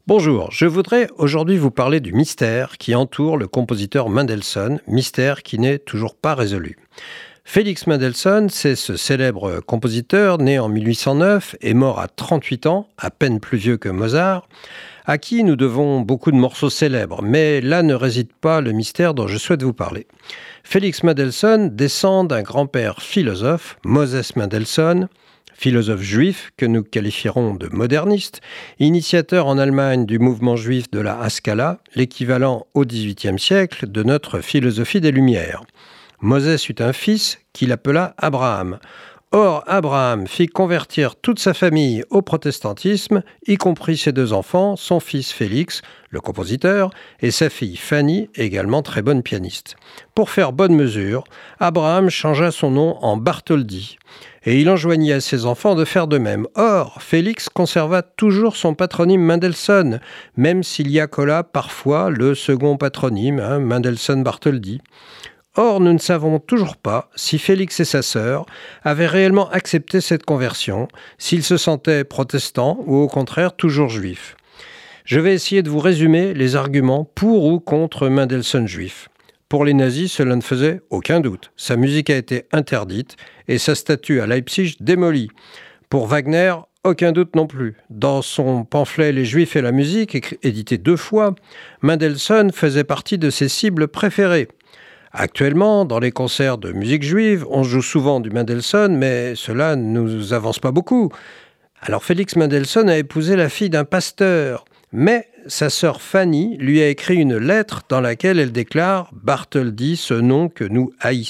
Bonjour, je voudrais aujourd'hui vous parler du mystère qui entoure le compositeur Mendelssohn, mystère qui n'est toujours pas résolu. Félix Mendelssohn, c'est ce célèbre compositeur né en 1809 et mort à 38 ans, à peine plus vieux que Mozart, à qui nous devons beaucoup de morceaux célèbres, mais là ne réside pas le mystère dont je souhaite vous parler. Félix Mendelssohn descend d'un grand-père philosophe, Moses Mendelssohn, philosophe juif que nous qualifierons de moderniste, initiateur en Allemagne du mouvement juif de la Haskalah, l'équivalent au XVIIIe siècle de notre philosophie des Lumières. Moses eut un fils qu'il appela Abraham. Or, Abraham fit convertir toute sa famille au protestantisme, y compris ses deux enfants, son fils Félix, le compositeur, et sa fille Fanny, également très bonne pianiste. Pour faire bonne mesure, Abraham changea son nom en Bartholdi, et il enjoignit à ses enfants de faire de même. Or, Félix conserva toujours son patronyme Mendelssohn, même s'il y accola parfois le second patronyme, Mendelssohn-Bartholdi. Or, nous ne savons toujours pas si Félix et sa sœur avaient réellement accepté cette conversion, s'ils se sentaient protestants ou au contraire toujours juifs. Je vais essayer de vous résumer les arguments pour ou contre Mendelssohn juif. Pour les nazis, cela ne faisait aucun doute. Sa musique a été interdite et sa statue à Leipzig démolie. Pour Wagner, aucun doute non plus. Dans son pamphlet « Les Juifs et la musique », édité 2 fois, Mendelssohn faisait partie de ses cibles préférées. Actuellement, dans les concerts de musique juive, on joue souvent du Mendelssohn, mais cela ne nous avance pas beaucoup. Alors Félix Mendelssohn a épousé la fille d'un pasteur, mais sa sœur Fanny lui a écrit une lettre dans laquelle elle déclare « Bartholdi, ce nom que nous haïssons ».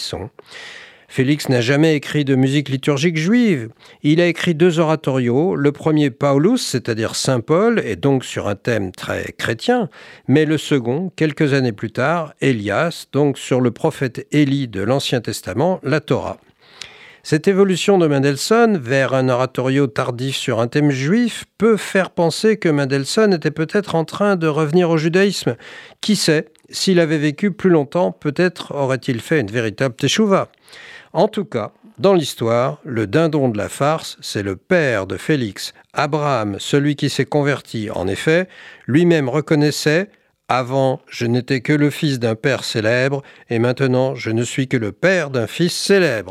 Félix n'a jamais écrit de musique liturgique juive. Il a écrit 2 oratorios, le premier Paulus, c'est-à-dire Saint Paul, et donc sur un thème très chrétien, mais le second, quelques années plus tard, Élias, donc sur le prophète Élie de l'Ancien Testament, la Torah. Cette évolution de Mendelssohn vers un oratorio tardif sur un thème juif peut faire penser que Mendelssohn était peut-être en train de revenir au judaïsme. Qui sait, s'il avait vécu plus longtemps, peut-être aurait-il fait une véritable teshuva. En tout cas, dans l'histoire, le dindon de la farce, c'est le père de Félix, Abraham, celui qui s'est converti. En effet, lui-même reconnaissait « Avant, je n'étais que le fils d'un père célèbre, et maintenant, je ne suis que le père d'un fils célèbre ».